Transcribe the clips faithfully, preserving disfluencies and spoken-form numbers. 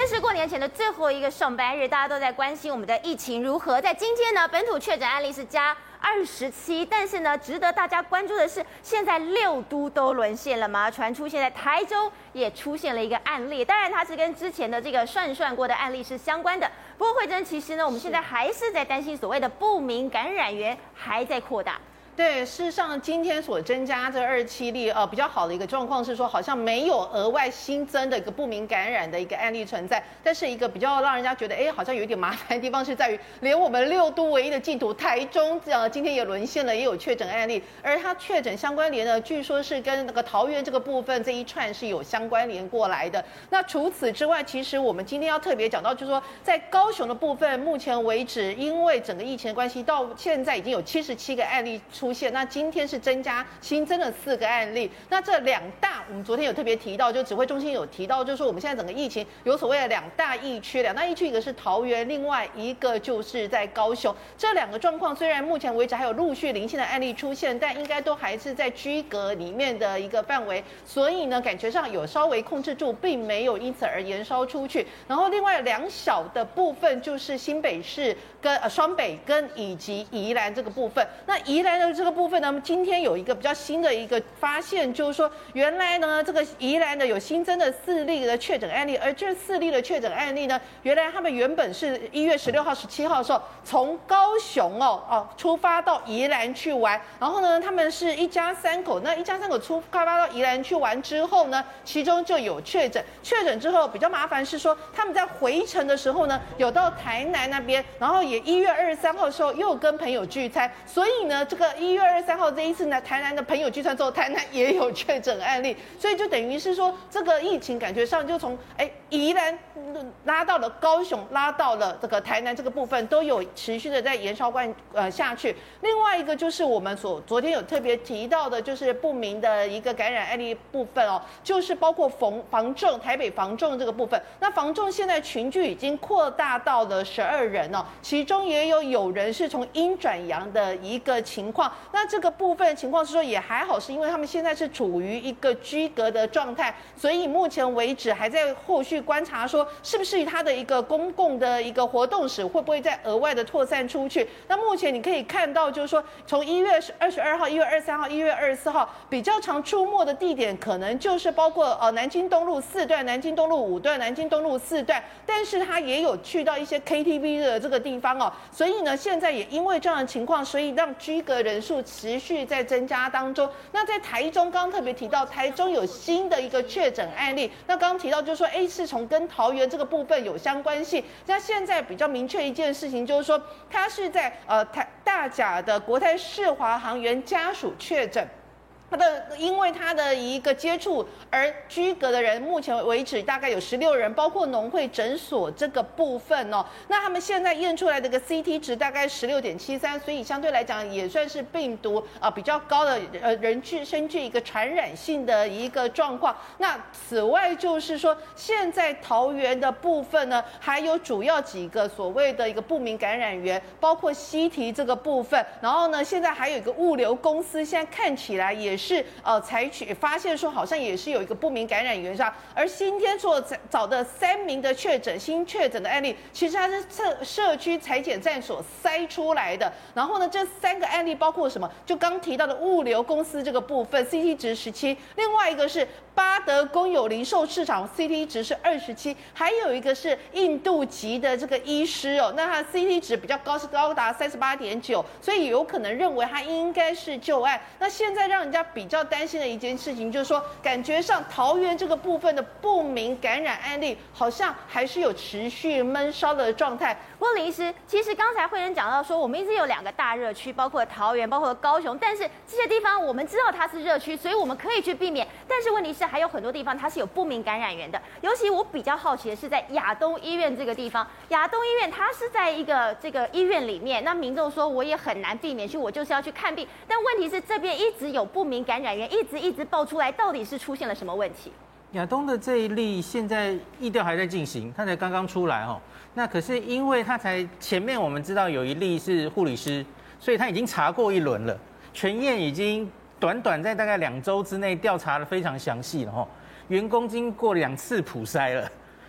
天是过年前的最后一个上班日，大家都在关心我们的疫情如何。在今天呢，本土确诊案例是加二十七，但是呢，值得大家关注的是，现在六都都沦陷了吗？传出现在台中也出现了一个案例，当然它是跟之前的这个算算过的案例是相关的。不过慧珍，其实呢，我们现在还是在担心所谓的不明感染源还在扩大。 对，事实上今天所增加这二十七例，呃，比较好的一个状况是说，好像没有额外新增的一个不明感染的一个案例存在。但是一个比较让人家觉得，哎，好像有一点麻烦的地方是在于，连我们六都唯一的净土台中，呃，今天也沦陷了，也有确诊案例。而它确诊相关联呢，据说是跟那个桃园这个部分这一串是有相关联过来的。那除此之外，其实我们今天要特别讲到，就是说在高雄的部分，目前为止，因为整个疫情的关系，到现在已经有七十七个案例出现，那今天是增加新增了四个案例。那这两大，我们昨天有特别提到，就指挥中心有提到，就是说我们现在整个疫情有所谓的两大疫区，两大疫区一个是桃园，另外一个就是在高雄。这两个状况虽然目前为止还有陆续零星的案例出现，但应该都还是在居隔里面的一个范围，所以呢，感觉上有稍微控制住，并没有因此而延烧出去。然后另外两小的部分就是新北市跟呃双北跟以及宜兰这个部分。那宜兰的这个部分呢，今天有一个比较新的一个发现，就是说原来呢，这个宜兰的有新增的四例的确诊案例，而这四例的确诊案例呢，原来他们原本是一月十六号、十七号的时候从高雄哦哦出发到宜兰去玩，然后呢，他们是一家三口，那一家三口出发到宜兰去玩之后呢，其中就有确诊，确诊之后比较麻烦是说他们在回程的时候呢，有到台南那边，然后也一月二十三号的时候又跟朋友聚餐，所以呢，这个一月二十三号这一次呢，台南的朋友聚餐之后，台南也有确诊案例，所以就等于是说，这个疫情感觉上就从哎宜兰拉到了高雄，拉到了这个台南这个部分，都有持续的在延烧关呃下去。另外一个就是我们所昨天有特别提到的，就是不明的一个感染案例部分哦，就是包括防防重台北防重这个部分。那防重现在群聚已经扩大到了十二人哦，其中也有有人是从阴转阳的一个情况。那这个部分情况是说也还好，是因为他们现在是处于一个居隔的状态，所以目前为止还在后续观察说是不是它的一个公共的一个活动史会不会再额外的扩散出去。那目前你可以看到，就是说从一月二十二号、一月二十三号、一月二十四号比较常出没的地点，可能就是包括呃南京东路四段、南京东路五段、南京东路四段，但是他也有去到一些 K T V 的这个地方哦。所以呢，现在也因为这样的情况，所以让居隔人数持续在增加当中。那在台中，刚刚特别提到，台中有新的一个确诊案例。那刚刚提到就是说，哎，是从跟桃园这个部分有相关性。那现在比较明确一件事情，就是说，它是在呃台大甲的国泰世华航员家属确诊。他的因为他的一个接触而居隔的人，目前为止大概有十六人，包括农会诊所这个部分哦。那他们现在验出来的一个 C T 值大概十六点七三，所以相对来讲也算是病毒啊、呃、比较高的呃人具身具一个传染性的一个状况。那此外就是说，现在桃园的部分呢，还有主要几个所谓的一个不明感染源，包括西提这个部分，然后呢，现在还有一个物流公司，现在看起来也是呃采取发现说好像也是有一个不明感染源上，而今天所找的三名的确诊新确诊的案例，其实它是社社区采检站所筛出来的。然后呢，这三个案例包括什么？就刚提到的物流公司这个部分 C T 值十七，另外一个是巴德公有零售市场 C T 值是二十七，还有一个是印度籍的这个医师哦，那他 C T 值比较高，是高达三十八点九，所以有可能认为他应该是旧案。那现在让人家比较担心的一件事情就是说，感觉上桃园这个部分的不明感染案例好像还是有持续闷烧的状态。 不过林医师，其实刚才慧仁讲到说，我们一直有两个大热区，包括桃园，包括高雄，但是这些地方我们知道它是热区，所以我们可以去避免。但是问题是还有很多地方它是有不明感染源的，尤其我比较好奇的是在亚东医院这个地方，亚东医院它是在一个这个医院里面，那民众说我也很难避免去，我就是要去看病，但问题是这边一直有不明感染源，一直一直爆出来，到底是出现了什么问题？ 亚东的这一例现在疫调还在进行，他才刚刚出来哦。那可是因为他才前面我们知道有一例是护理师，所以他已经查过一轮了，全验已经短短在大概两周之内调查的非常详细了哈。员工经过两次普筛了，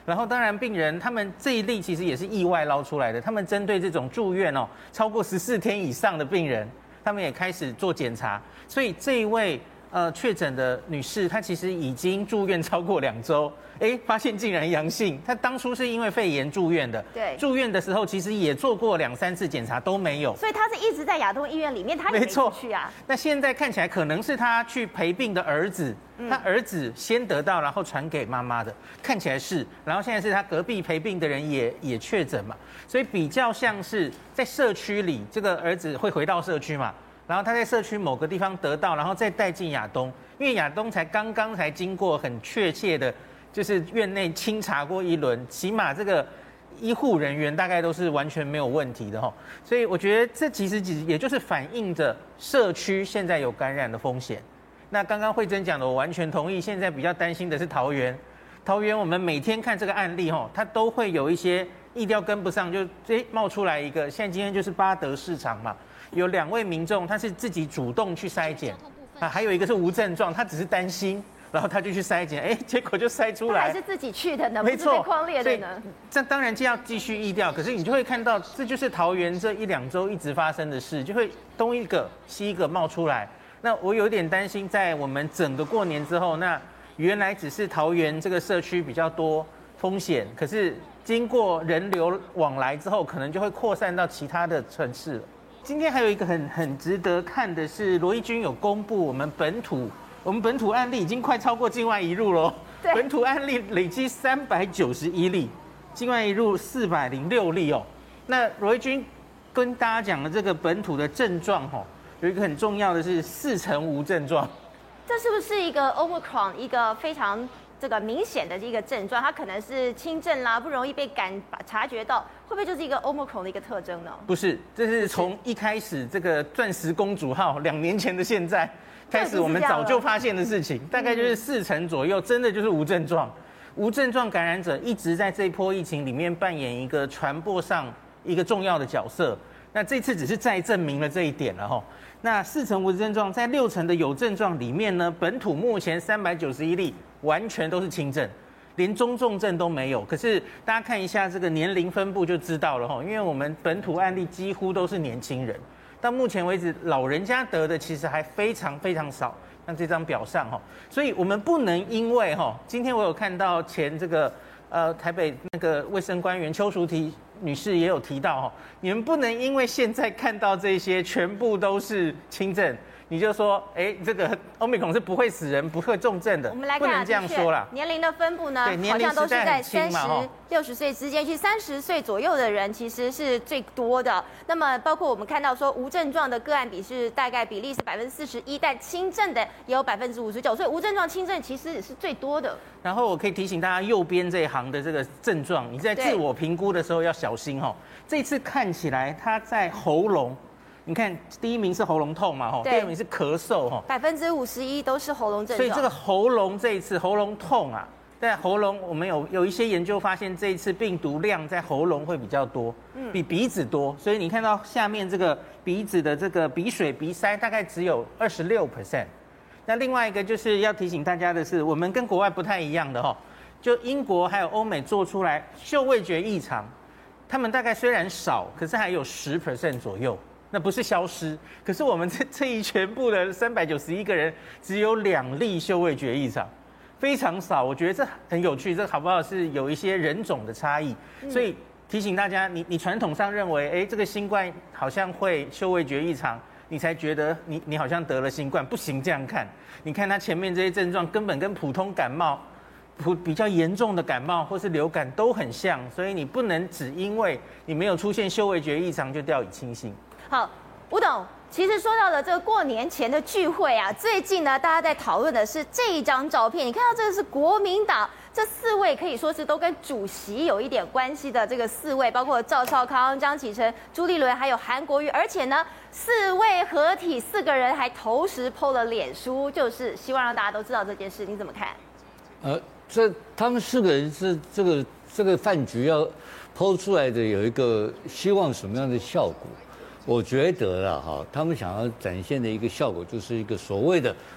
然后当然病人他们这一例其实也是意外捞出来的，他们针对这种住院哦超过十四天以上的病人，他们也开始做检查，所以这一位呃确诊的女士，她其实已经住院超过两周，哎，发现竟然阳性。她当初是因为肺炎住院的， 对， 住院的时候其实也做过两三次检查都没有， 所以她是一直在亚东医院里面，她也没出去啊。 那现在看起来可能是她去陪病的儿子。他儿子先得到，然后传给妈妈的，看起来是，然后现在是他隔壁陪病的人也也确诊嘛，所以比较像是在社区里，这个儿子会回到社区嘛，然后他在社区某个地方得到，然后再带进亚东，因为亚东才刚刚才经过很确切的，就是院内清查过一轮，起码这个医护人员大概都是完全没有问题的哈，所以我觉得这其实也就是反映着社区现在有感染的风险。那刚刚慧珍讲的，我完全同意。现在比较担心的是桃园，桃园我们每天看这个案例哈，它都会有一些疫调跟不上，就哎冒出来一个。现在今天就是八德市场嘛，有两位民众他是自己主动去筛检，啊，还有一个是无症状，他只是担心，然后他就去筛检，哎，结果就筛出来， 还是自己去的呢， 没错， 不是被匡列的呢。 这当然就要继续疫调，可是你就会看到，这就是桃园这一两周一直发生的事，就会东一个西一个冒出来。那我有点担心，在我们整个过年之后，那原来只是桃园这个社区比较多风险，可是经过人流往来之后，可能就会扩散到其他的城市了。今天还有一个很很值得看的是，罗一军有公布我们本土，我们本土案例已经快超过境外移入了，本土案例累积三百九十一例，境外移入四百零六例哦。那罗一军跟大家讲的这个本土的症状哦。有一个很重要的是四成无症状， 这是不是一个 Omicron 一个非常这个明显的一个症状？它可能是轻症啦，不容易被感察觉到，会不会就是一个 Omicron 的一个特征呢？ 不是，这是从一开始这个钻石公主号两年前的现在开始，我们早就发现的事情，大概就是四成左右，真的就是无症状。无症状感染者一直在这一波疫情里面扮演一个传播上一个重要的角色。那这次只是再证明了这一点了哈。那四成无症状，在六成的有症状里面呢，本土目前三百九十一例完全都是轻症，连中重症都没有。可是大家看一下这个年龄分布就知道了哈，因为我们本土案例几乎都是年轻人，到目前为止老人家得的其实还非常非常少，像这张表上哈，所以我们不能因为哈，今天我有看到前这个呃台北那个卫生官员邱淑媞女士也有提到哈，你们不能因为现在看到这些全部都是轻症，你就说，哎，这个Omicron是不会死人、不会重症的， 我们来看、啊、 不能这样说啦。 年龄的分布呢， 好像都是在三十六十岁之间，其实三十岁左右的人其实是最多的。那么包括我们看到说无症状的个案比是大概比例是百分之四十一，但轻症的也有百分之五十九，所以无症状轻症其实也是最多的。 然后我可以提醒大家，右边这一行的这个症状，你在自我评估的时候要小心哈。这次看起来它在喉咙。你看，第一名是喉咙痛嘛，吼，第二名是咳嗽，吼， 百分之五十一都是喉咙症状。 所以这个喉咙这一次喉咙痛啊，在喉咙我们有有一些研究发现，这一次病毒量在喉咙会比较多，嗯，比鼻子多。所以你看到下面这个鼻子的这个鼻水、鼻塞大概只有二十六 percent。那另外一个就是要提醒大家的是，我们跟国外不太一样的哈，就英国还有欧美做出来嗅味觉异常，他们大概虽然少，可是还有十 percent 左右。那不是消失，可是我们这这一全部的三百九十一个人，只有两例嗅味觉异常，非常少。我觉得这很有趣，这好不好是有一些人种的差异，所以提醒大家，你你传统上认为，哎，这个新冠好像会嗅味觉异常，你才觉得你你好像得了新冠，不行这样看。你看它前面这些症状，根本跟普通感冒、普比较严重的感冒或是流感都很像，所以你不能只因为你没有出现嗅味觉异常就掉以轻心。 好，吴董，其实说到了这个过年前的聚会啊，最近呢，大家在讨论的是这一张照片。你看到这个是国民党这四位可以说是都跟主席有一点关系的这个四位，包括赵少康、张启成、朱立伦，还有韩国瑜。而且呢，四位合体，四个人还同时 po 了脸书，就是希望让大家都知道这件事。你怎么看？ 呃，这他们四个人是这个这个饭局要 po 出来的，有一个希望什么样的效果？我觉得啦，哈，他们想要展现的一个效果，就是一个所谓的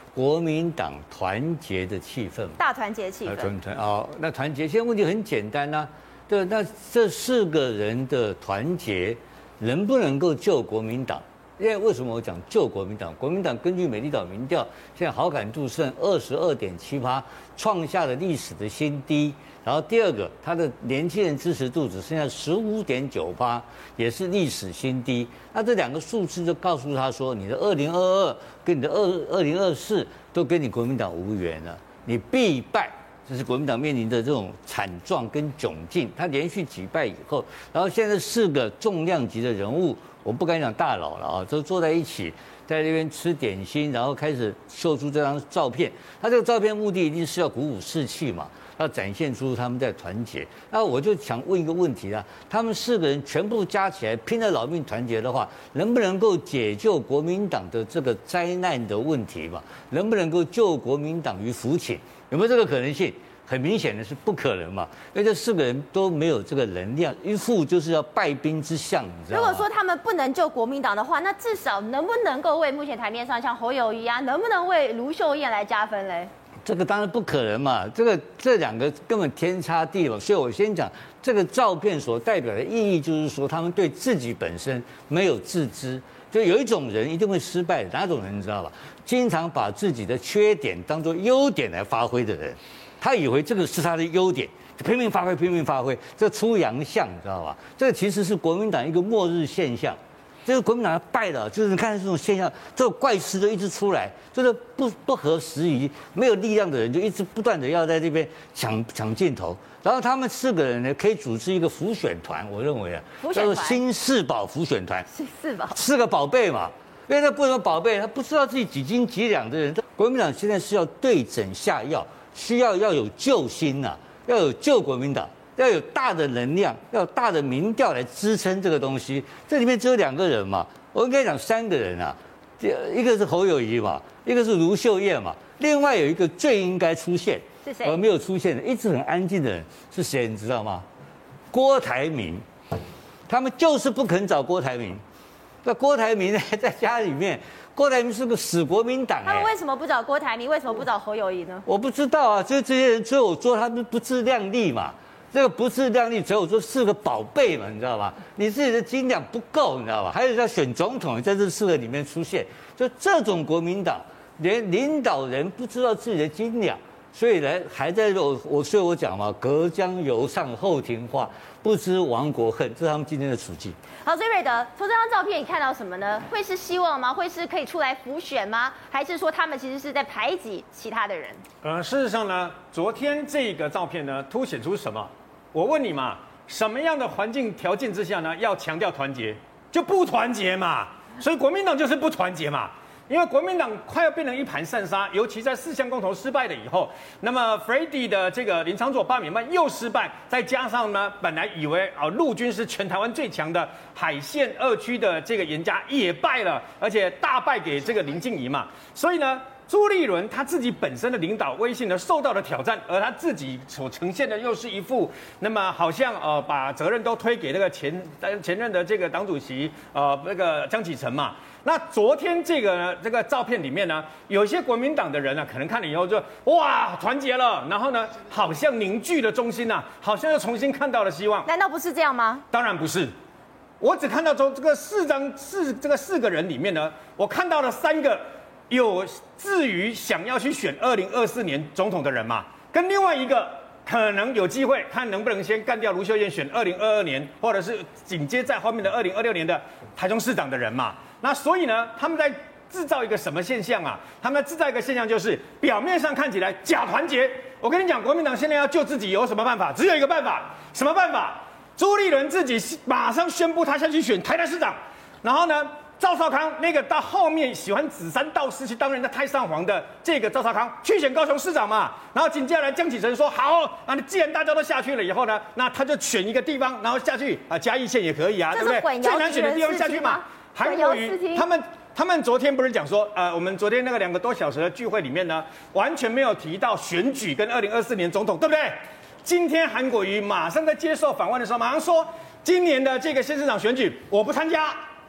国民党团结的气氛嘛， 大团结气氛。 团团哦，那团结现在问题很简单呐、啊，对，那这四个人的团结能不能够救国民党？因为为什么我讲救国民党？国民党根据美丽岛民调，现在好感度剩二十二点七趴，创下了历史的新低。然后第二个，他的年轻人支持度只剩下十五点九趴，也是历史新低。那这两个数字就告诉他说，你的二零二二跟你的二二零二四都跟你国民党无缘了，你必败。这是国民党面临的这种惨状跟窘境。他连续几败以后，然后现在四个重量级的人物，我不敢讲大佬了啊，都坐在一起，在那边吃点心，然后开始秀出这张照片。他这个照片目的一定是要鼓舞士气嘛，要展现出他们在团结。那我就想问一个问题啦，他们四个人全部加起来拼了老命团结的话，能不能够解救国民党的这个灾难的问题嘛？能不能够救国民党于福请？有没有这个可能性？很明显的是不可能嘛，因为这四个人都没有这个能量，一副就是要败兵之相，你知道吗？ 如果说他们不能救国民党的话，那至少能不能够为目前台面上像侯友宜啊，能不能为卢秀燕来加分嘞？ 这个当然不可能嘛，这个这两个根本天差地远。所以我先讲这个照片所代表的意义，就是说他们对自己本身没有自知。就有一种人一定会失败，哪种人你知道吧？经常把自己的缺点当作优点来发挥的人。他以为这个是他的优点，就拼命发挥，拼命发挥，这出洋相，你知道吧？这个其实是国民党一个末日现象，这个国民党败了，就是你看这种现象，这种怪事都一直出来，就是不不合时宜，没有力量的人就一直不断的要在这边抢抢镜头，然后他们四个人呢可以组织一个辅选团，我认为啊，叫做新四宝辅选团， 新四宝， 四个宝贝嘛。因为他不能宝贝，他不知道自己几斤几两的人，国民党现在是要对症下药。需要要有救星呐、啊，要有救国民党，要有大的能量，要有大的民调来支撑这个东西。这里面只有两个人嘛，我应该讲三个人啊，一个是侯友宜嘛，一个是卢秀燕嘛，另外有一个最应该出现， 是谁？ 而没有出现的，一直很安静的人是谁？你知道吗？郭台铭，他们就是不肯找郭台铭。那郭台铭呢，在家里面。郭台铭是个死国民党、欸， 他们为什么不找郭台铭？为什么不找侯友宜呢？ 我不知道啊，就是这些人只有说他们不自量力嘛，这个不自量力只有说是个宝贝嘛，你知道吧？你自己的斤两不够，你知道吧？还有要选总统，在这四个里面出现，就这种国民党，连领导人不知道自己的斤两，所以呢还在我我所以我讲嘛，隔江犹上后庭花，不知亡国恨，这是他们今天的处境。 好，所以瑞德，从这张照片你看到什么呢？会是希望吗？会是可以出来辅选吗？还是说他们其实是在排挤其他的人？ 呃，事实上呢，昨天这个照片呢，凸显出什么？我问你嘛，什么样的环境条件之下呢，要强调团结，就不团结嘛？所以国民党就是不团结嘛。因为国民党快要变成一盘散沙，尤其在四项公投失败了以后，那么 Freddy 的这个林昶佐罢免案又失败，再加上呢，本来以为啊陆军是全台湾最强的海线二区的这个严家也败了，而且大败给这个林静怡嘛，所以呢。朱立伦他自己本身的领导威信呢受到了挑战，而他自己所呈现的又是一副那么好像呃把责任都推给那个前前任的这个党主席呃那个江启臣嘛。那昨天这个呢这个照片里面呢，有些国民党的人呢、啊、可能看了以后就哇团结了，然后呢好像凝聚了中心呐、啊，好像又重新看到了希望。 难道不是这样吗？ 当然不是。我只看到从这个四张四这个四个人里面呢，我看到了三个。有至于想要去选二零二四年总统的人嘛，跟另外一个可能有机会看能不能先干掉卢秀燕选二零二二年，或者是紧接在后面的二零二六年的台中市长的人嘛。那所以呢，他们在制造一个什么现象啊？他们在制造一个现象，就是表面上看起来假团结。我跟你讲，国民党现在要救自己有什么办法？只有一个办法，什么办法？朱立伦自己马上宣布他下去选台南市长，然后呢？赵少康那个到后面喜欢指三道四去当人家太上皇的这个赵少康去选高雄市长嘛，然后紧接着来江启臣说好啊，既然大家都下去了以后呢，那他就选一个地方，然后下去啊嘉义县也可以啊，对不对？最难选的地方下去嘛。韩国瑜他们他们昨天不是讲说，呃，我们昨天那个两个多小时的聚会里面呢，完全没有提到选举跟二零二四年总统，对不对？今天韩国瑜马上在接受访问的时候，马上说今年的这个县市长选举我不参加。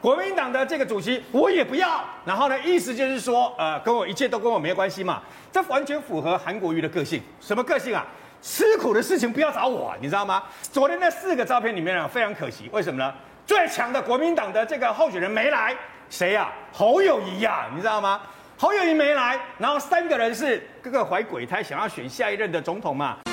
国民党的这个主席我也不要，然后呢，意思就是说，呃，跟我一切都跟我没关系嘛，这完全符合韩国瑜的个性。什么个性啊？吃苦的事情不要找我，你知道吗？昨天那四个照片里面啊，非常可惜，为什么呢？最强的国民党的这个候选人没来，谁呀、啊？侯友宜呀，你知道吗？侯友宜没来，然后三个人是各个怀鬼胎，想要选下一任的总统嘛。